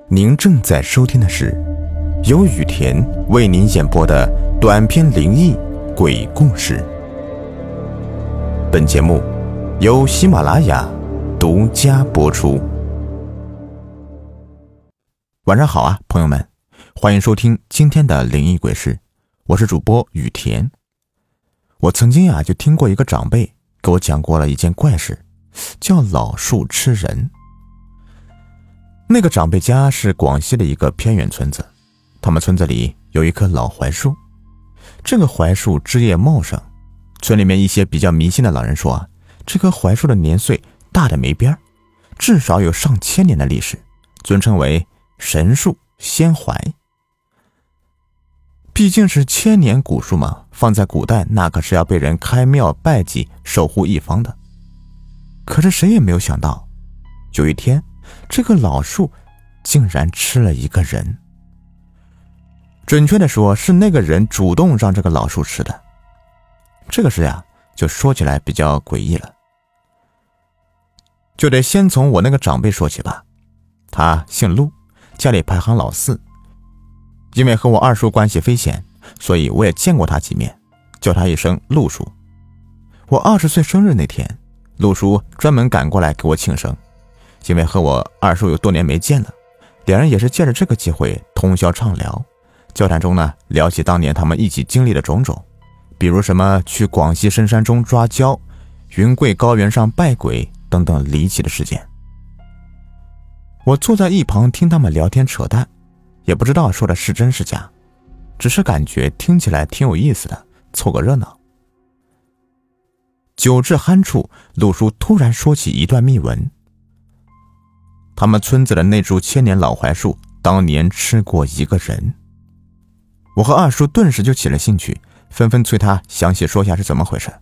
您正在收听的是由雨田为您演播的短篇灵异鬼故事。本节目由喜马拉雅独家播出。晚上好啊，朋友们，欢迎收听今天的灵异鬼事，我是主播雨田。我曾经就听过一个长辈给我讲过了一件怪事，叫老树吃人。那个长辈家是广西的一个偏远村子，他们村子里有一棵老槐树，这个槐树枝叶茂盛，村里面一些比较迷信的老人说这棵槐树的年岁大的没边，至少有上千年的历史，尊称为神树仙槐。毕竟是千年古树嘛，放在古代那可是要被人开庙拜祭守护一方的。可是谁也没有想到，有一天这个老树竟然吃了一个人。准确的说，是那个人主动让这个老树吃的。这个事就说起来比较诡异了。就得先从我那个长辈说起吧。他姓陆，家里排行老四。因为和我二叔关系匪浅，所以我也见过他几面，叫他一声陆叔。我20岁生日那天，陆叔专门赶过来给我庆生。因为和我二叔有多年没见了，两人也是借着这个机会通宵畅聊。交谈中呢，聊起当年他们一起经历的种种，比如什么去广西深山中抓鲛、云贵高原上拜鬼等等离奇的事件。我坐在一旁听他们聊天扯淡，也不知道说的是真是假，只是感觉听起来挺有意思的，凑个热闹。酒至酣处，陆叔突然说起一段秘闻。他们村子的那株千年老槐树当年吃过一个人。我和二叔顿时就起了兴趣，纷纷催他详细说下是怎么回事。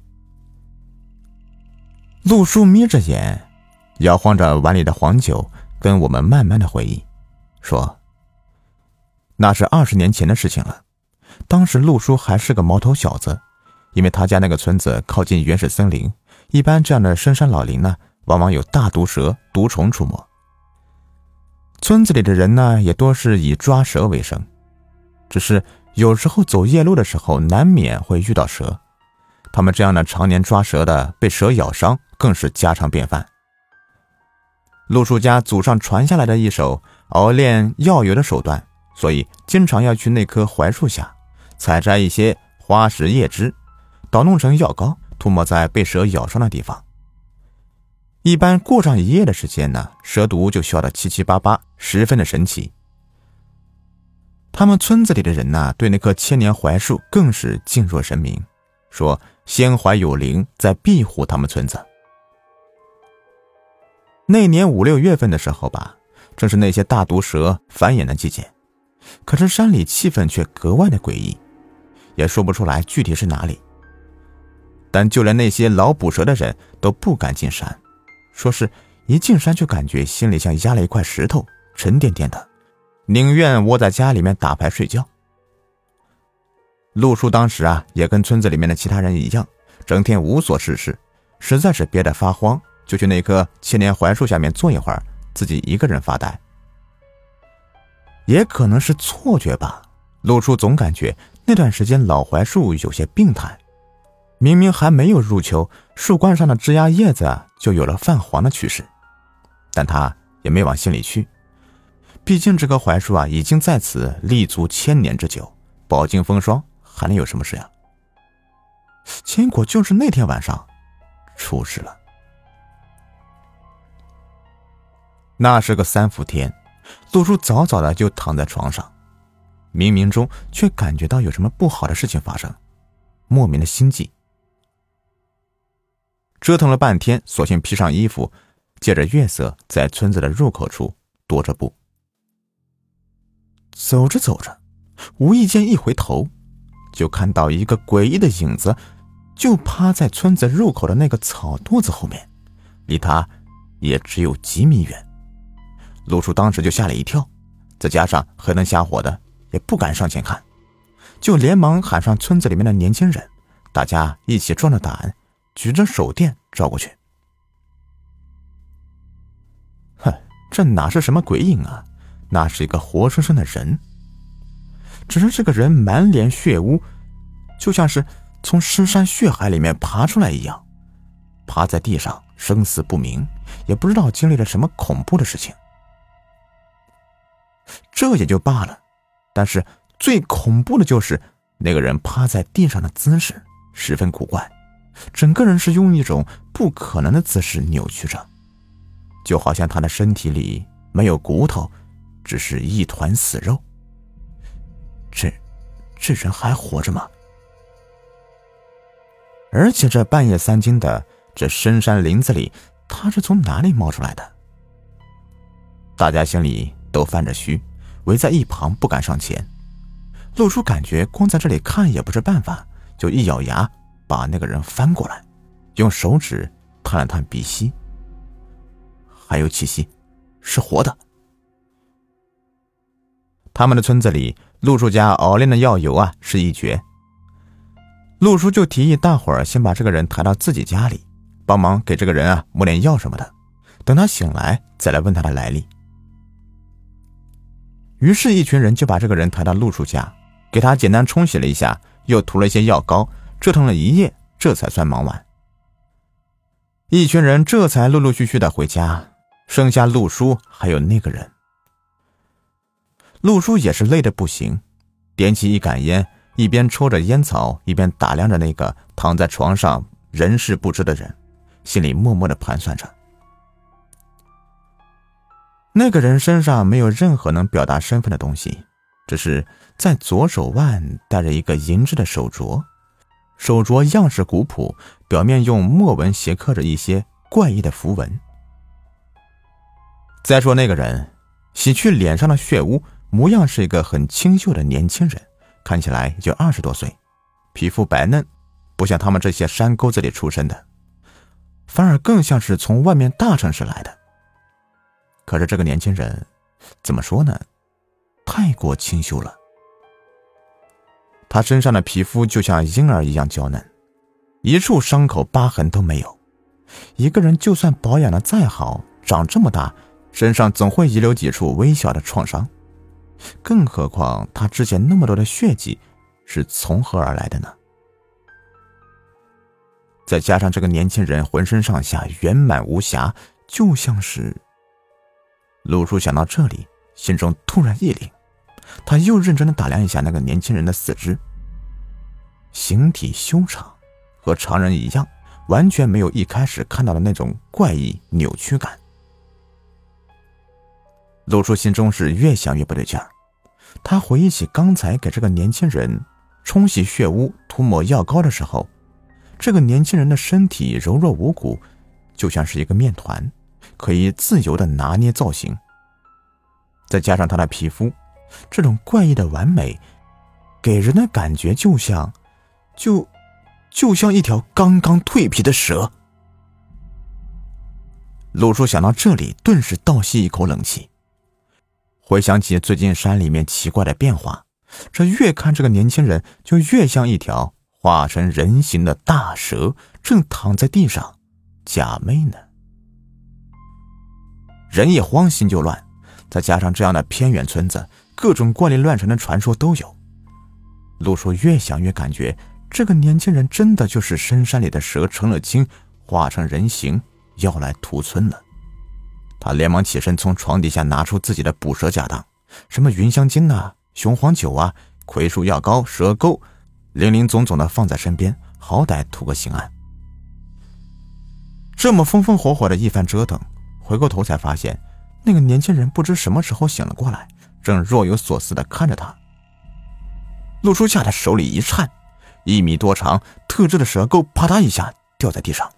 陆叔眯着眼，摇晃着碗里的黄酒，跟我们慢慢的回忆，说那是20年前的事情了。当时陆叔还是个毛头小子，因为他家那个村子靠近原始森林，一般这样的深山老林呢，往往有大毒蛇、毒虫出没。村子里的人呢，也多是以抓蛇为生，只是有时候走夜路的时候难免会遇到蛇，他们这样的常年抓蛇的被蛇咬伤更是家常便饭。陆叔家祖上传下来的一手熬炼药油的手段，所以经常要去那棵槐树下采摘一些花石叶枝，捣弄成药膏，涂抹在被蛇咬伤的地方。一般过上一夜的时间呢，蛇毒就消得七七八八，十分的神奇。他们村子里的人呢，对那棵千年槐树更是敬若神明，说仙槐有灵，在庇护他们村子。那年5、6月份的时候吧，正是那些大毒蛇繁衍的季节，可是山里气氛却格外的诡异，也说不出来具体是哪里。但就连那些老捕蛇的人都不敢进山，说是一进山就感觉心里像压了一块石头，沉甸甸的，宁愿窝在家里面打牌睡觉。陆叔当时也跟村子里面的其他人一样，整天无所事事，实在是憋得发慌，就去那棵千年槐树下面坐一会儿，自己一个人发呆。也可能是错觉吧，陆叔总感觉那段时间老槐树有些病态，明明还没有入秋，树冠上的枝桠叶子就有了泛黄的趋势，但他也没往心里去。毕竟这棵槐树已经在此立足1000年之久，饱经风霜，还能有什么事呀？结果就是那天晚上出事了。那是个3伏天，陆叔早早的就躺在床上，冥冥中却感觉到有什么不好的事情发生，莫名的心悸。折腾了半天，索性披上衣服，借着月色在村子的入口处踱着步。走着走着，无意间一回头，就看到一个诡异的影子就趴在村子入口的那个草垛子后面，离他也只有几米远。陆叔当时就吓了一跳，再加上黑灯瞎火的，也不敢上前看，就连忙喊上村子里面的年轻人，大家一起壮着胆，举着手电照过去。这哪是什么鬼影啊， 那是一个活生生的人，只是这个人满脸血污，就像是从尸山血海里面爬出来一样，趴在地上生死不明，也不知道经历了什么恐怖的事情。这也就罢了，但是最恐怖的就是那个人趴在地上的姿势十分古怪，整个人是用一种不可能的姿势扭曲着，就好像他的身体里没有骨头，只是一团死肉。这人还活着吗？而且这半夜三更的，这深山林子里，他是从哪里冒出来的？大家心里都犯着虚，围在一旁不敢上前。陆叔感觉光在这里看也不是办法，就一咬牙把那个人翻过来，用手指探了探鼻息，还有气息，是活的。他们的村子里，陆叔家熬炼的药油啊是一绝。陆叔就提议大伙儿先把这个人抬到自己家里，帮忙给这个人啊抹点药什么的，等他醒来再来问他的来历。于是一群人就把这个人抬到陆叔家，给他简单冲洗了一下，又涂了一些药膏，折腾了一夜，这才算忙完。一群人这才陆陆续续的回家，剩下陆叔还有那个人。陆叔也是累得不行，点起一杆烟，一边抽着烟草，一边打量着那个躺在床上人事不知的人，心里默默地盘算着。那个人身上没有任何能表达身份的东西，只是在左手腕戴着一个银质的手镯，手镯样式古朴，表面用墨纹斜刻着一些怪异的符文。再说那个人，洗去脸上的血污，模样是一个很清秀的年轻人，看起来也就20多岁，皮肤白嫩，不像他们这些山沟子里出身的，反而更像是从外面大城市来的。可是这个年轻人怎么说呢，太过清秀了。他身上的皮肤就像婴儿一样娇嫩，一处伤口疤痕都没有。一个人就算保养的再好，长这么大，身上总会遗留几处微小的创伤，更何况他之前那么多的血迹是从何而来的呢？再加上这个年轻人浑身上下圆满无瑕，就像是……陆叔想到这里，心中突然一凛，他又认真地打量一下那个年轻人的四肢，形体修长，和常人一样，完全没有一开始看到的那种怪异扭曲感。陆叔心中是越想越不对劲儿，他回忆起刚才给这个年轻人冲洗血污、涂抹药膏的时候，这个年轻人的身体柔弱无骨，就像是一个面团，可以自由地拿捏造型。再加上他的皮肤，这种怪异的完美，给人的感觉就像一条刚刚蜕皮的蛇。陆叔想到这里，顿时倒吸一口冷气。回想起最近山里面奇怪的变化，这越看这个年轻人就越像一条化成人形的大蛇，正躺在地上假寐呢。人一慌心就乱，再加上这样的偏远村子，各种怪力乱神的传说都有。陆叔越想越感觉这个年轻人真的就是深山里的蛇成了精，化成人形要来屠村了。他连忙起身，从床底下拿出自己的捕蛇家当，什么云香精啊、雄黄酒啊、葵树药膏、蛇钩，零零总总的放在身边，好歹图个心安。这么风风火火的一番折腾，回过头才发现那个年轻人不知什么时候醒了过来，正若有所思地看着他。陆叔吓得手里一颤，1米多长特制的蛇钩啪嗒一下掉在地上。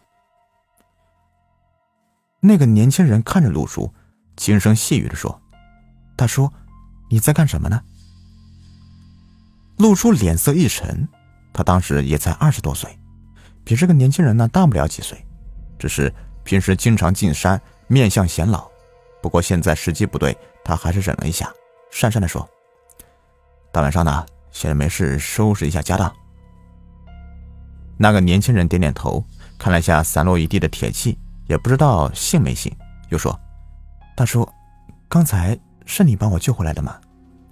那个年轻人看着陆叔，轻声细语地说：“大叔，你在干什么呢？”陆叔脸色一沉，他当时也才20多岁，比这个年轻人呢大不了几岁，只是平时经常进山，面相显老。不过现在时机不对，他还是忍了一下，讪讪地说：“大晚上的，闲着没事收拾一下家当。”那个年轻人点点头，看了一下散落一地的铁器，也不知道信没信，又说：“大叔，刚才是你把我救回来的吗？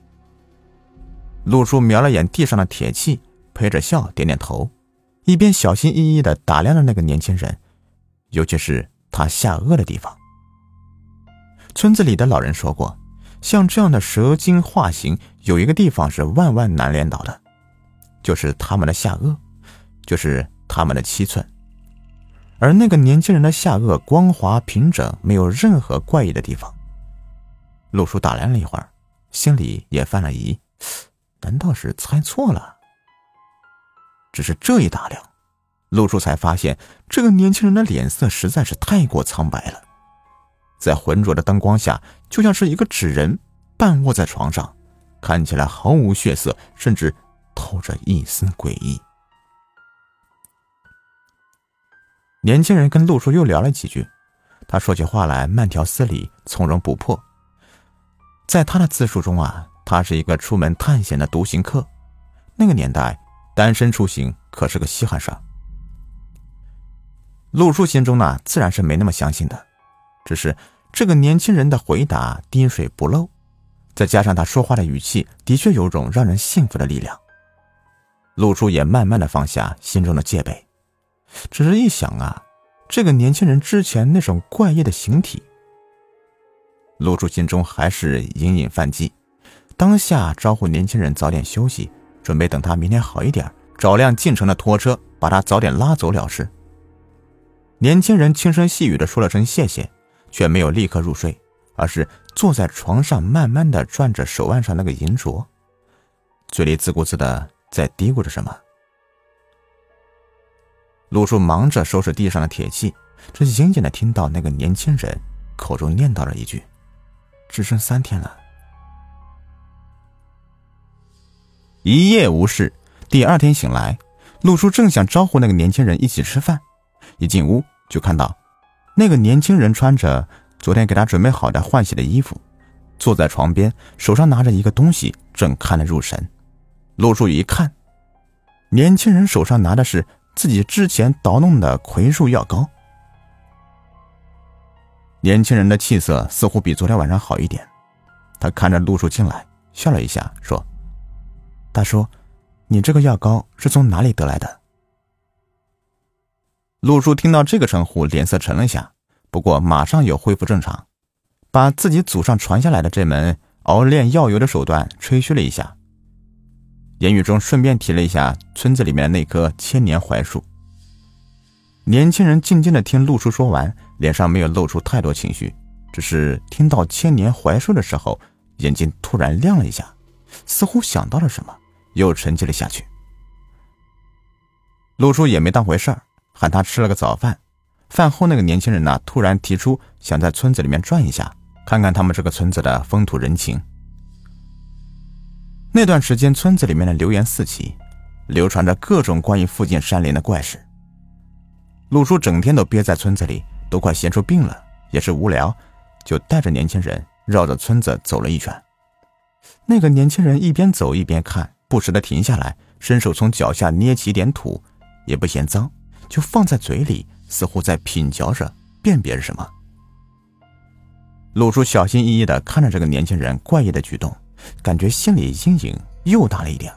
陆叔瞄了眼地上的铁器，陪着笑点点头，一边小心翼翼地打量着那个年轻人，尤其是他下颚的地方。村子里的老人说过，像这样的蛇精化形，有一个地方是万万难练到的，就是他们的下颚，就是他们的7寸。而那个年轻人的下颚光滑平整，没有任何怪异的地方。陆叔打量了一会儿，心里也犯了疑，难道是猜错了？只是这一打量，陆叔才发现这个年轻人的脸色实在是太过苍白了，在浑浊的灯光下，就像是一个纸人半卧在床上，看起来毫无血色，甚至透着一丝诡异。年轻人跟陆叔又聊了几句，他说起话来慢条斯理，从容不迫。在他的自述中啊，他是一个出门探险的独行客，那个年代单身出行可是个稀罕事儿。陆叔心中呢，自然是没那么相信的，只是这个年轻人的回答滴水不漏，再加上他说话的语气的确有种让人信服的力量，陆叔也慢慢的放下心中的戒备。只是一想啊，这个年轻人之前那种怪异的形体，陆叔心中还是隐隐犯忌，当下招呼年轻人早点休息，准备等他明天好一点，找辆进城的拖车把他早点拉走了事。年轻人轻声细语地说了声谢谢，却没有立刻入睡，而是坐在床上慢慢地转着手腕上那个银镯，嘴里自顾自地在嘀咕着什么。陆叔忙着收拾地上的铁器，只隐隐地听到那个年轻人口中念叨了一句：只剩3天了。一夜无事，第2天醒来，陆叔正想招呼那个年轻人一起吃饭，一进屋就看到那个年轻人穿着昨天给他准备好的换洗的衣服，坐在床边，手上拿着一个东西，正看得入神。陆叔一看，年轻人手上拿的是自己之前捣弄的葵树药膏。年轻人的气色似乎比昨天晚上好一点，他看着陆叔进来，笑了一下，说：大叔，你这个药膏是从哪里得来的？陆叔听到这个称呼，脸色沉了下，不过马上又恢复正常，把自己祖上传下来的这门熬炼药油的手段吹嘘了一下，言语中顺便提了一下村子里面的那棵千年槐树。年轻人静静地听陆叔说完，脸上没有露出太多情绪，只是听到千年槐树的时候，眼睛突然亮了一下，似乎想到了什么，又沉寂了下去。陆叔也没当回事儿，喊他吃了个早饭。饭后那个年轻人呢，突然提出想在村子里面转一下，看看他们这个村子的风土人情。那段时间村子里面的流言四起，流传着各种关于附近山林的怪事。陆叔整天都憋在村子里，都快闲出病了，也是无聊，就带着年轻人绕着村子走了一圈。那个年轻人一边走一边看，不时地停下来，伸手从脚下捏起点土，也不嫌脏，就放在嘴里，似乎在品嚼着，辨别着什么。陆叔小心翼翼地看着这个年轻人怪异的举动，感觉心里阴影又大了一点。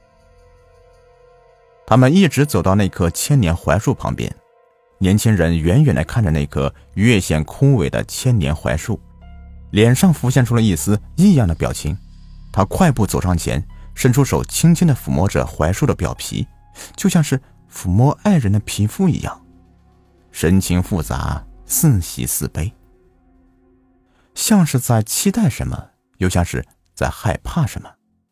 他们一直走到那棵千年槐树旁边，年轻人远远地看着那棵越显枯萎的千年槐树，脸上浮现出了一丝异样的表情。他快步走上前，伸出手轻轻地抚摸着槐树的表皮，就像是抚摸爱人的皮肤一样，神情复杂，似喜似悲，像是在期待什么，又像是在害怕什么。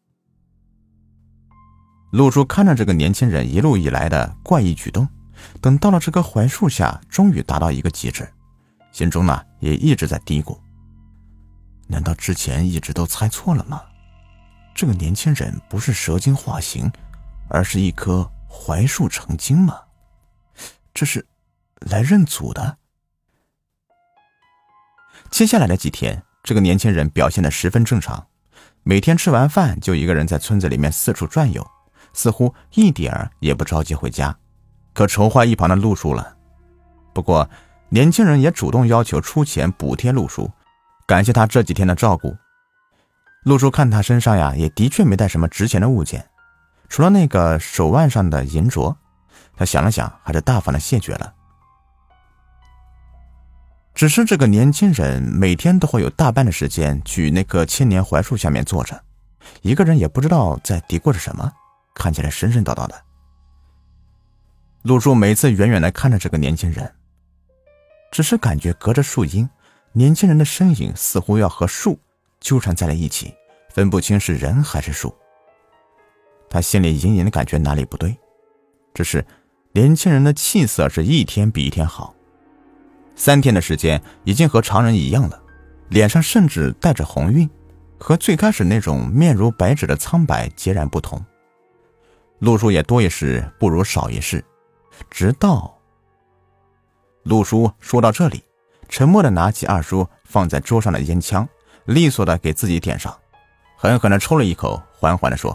陆叔看着这个年轻人一路以来的怪异举动，等到了这棵槐树下，终于达到一个极致，心中呢也一直在嘀咕：难道之前一直都猜错了吗？这个年轻人不是蛇精化形，而是一棵槐树成精吗？这是来认祖的？接下来的几天，这个年轻人表现得十分正常，每天吃完饭就一个人在村子里面四处转悠，似乎一点儿也不着急回家，可愁坏一旁的陆叔了。不过年轻人也主动要求出钱补贴陆叔，感谢他这几天的照顾。 陆叔看他身上呀，也的确没带什么值钱的物件，除了那个手腕上的银镯，他想了想，还是大方的谢绝了。只是这个年轻人每天都会有大半的时间去那棵千年槐树下面坐着，一个人也不知道在嘀咕着什么，看起来神神叨叨的。陆叔每次远远地看着这个年轻人，只是感觉隔着树荫，年轻人的身影似乎要和树纠缠在了一起，分不清是人还是树。他心里隐隐的感觉哪里不对，只是年轻人的气色是一天比一天好，3天的时间已经和常人一样了，脸上甚至带着红晕，和最开始那种面如白纸的苍白截然不同。陆叔也多一事不如少一事，直到陆叔说到这里，沉默地拿起二叔放在桌上的烟枪，利索地给自己点上，狠狠地抽了一口，缓缓地说：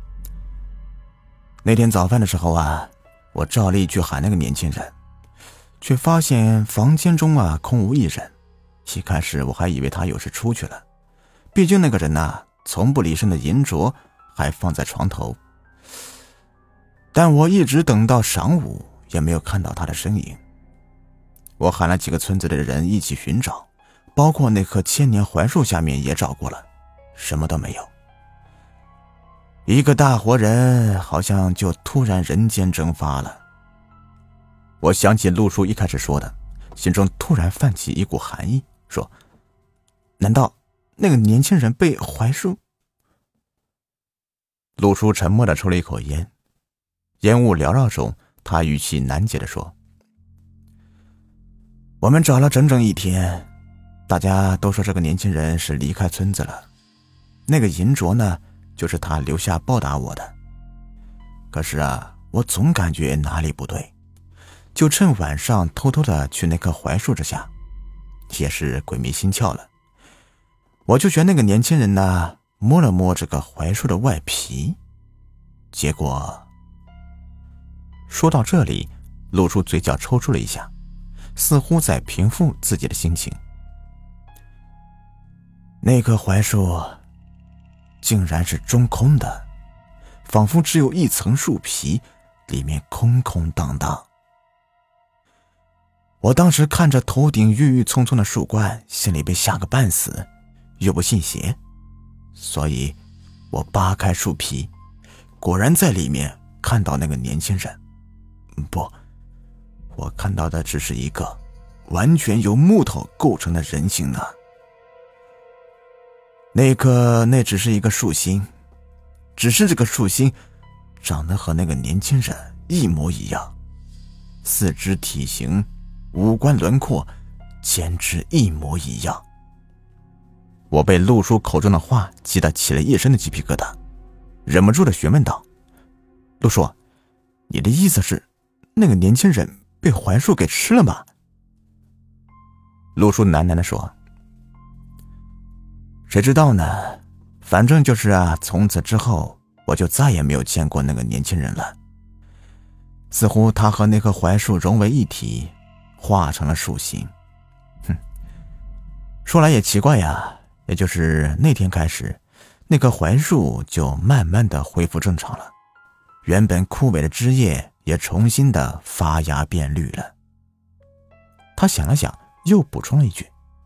那天早饭的时候啊，我照例去喊那个年轻人，却发现房间中啊空无一人。一开始我还以为他有事出去了，毕竟那个人啊从不离身的银镯还放在床头，但我一直等到晌午也没有看到他的身影。我喊了几个村子的人一起寻找，包括那棵千年槐树下面也找过了，什么都没有。一个大活人好像就突然人间蒸发了。我想起陆叔一开始说的，心中突然泛起一股寒意，说：难道那个年轻人被槐树？陆叔沉默地抽了一口烟，烟雾缭绕中，他语气难解地说：我们找了整整1天，大家都说这个年轻人是离开村子了，那个银镯呢，就是他留下报答我的。可是啊，我总感觉哪里不对，就趁晚上偷偷的去那棵槐树之下，也是鬼迷心窍了。我就学那个年轻人呢，摸了摸这个槐树的外皮，结果……说到这里，陆叔嘴角抽搐了一下，似乎在平复自己的心情。那棵槐树竟然是中空的，仿佛只有一层树皮，里面空空荡荡。我当时看着头顶郁郁葱葱的树冠，心里被吓个半死，又不信邪，所以我扒开树皮，果然在里面看到那个年轻人。不，我看到的只是一个完全由木头构成的人形呢。那只是一个树心，只是这个树心长得和那个年轻人一模一样，四肢体型、五官轮廓简直一模一样。我被陆叔口中的话激得起了一身的鸡皮疙瘩，忍不住的询问道：陆叔，你的意思是那个年轻人被槐树给吃了吗？陆叔喃喃地说：谁知道呢，反正就是啊，从此之后我就再也没有见过那个年轻人了，似乎他和那棵槐树融为一体，化成了树形。说来也奇怪呀，也就是那天开始，那棵槐树就慢慢的恢复正常了，原本枯萎的枝叶也重新的发芽变绿了。他想了想，又补充了一句：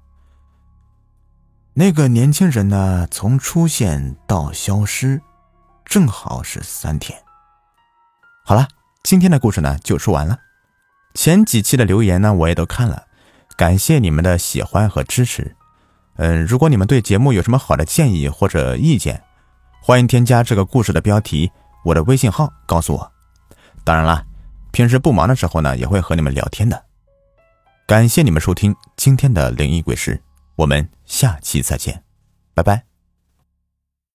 那个年轻人呢，从出现到消失正好是3天。好了，今天的故事呢就说完了。前几期的留言呢我也都看了，感谢你们的喜欢和支持。如果你们对节目有什么好的建议或者意见，欢迎添加这个故事的标题我的微信号告诉我。当然啦，平时不忙的时候呢也会和你们聊天的。感谢你们收听今天的灵异鬼事，我们下期再见，拜拜。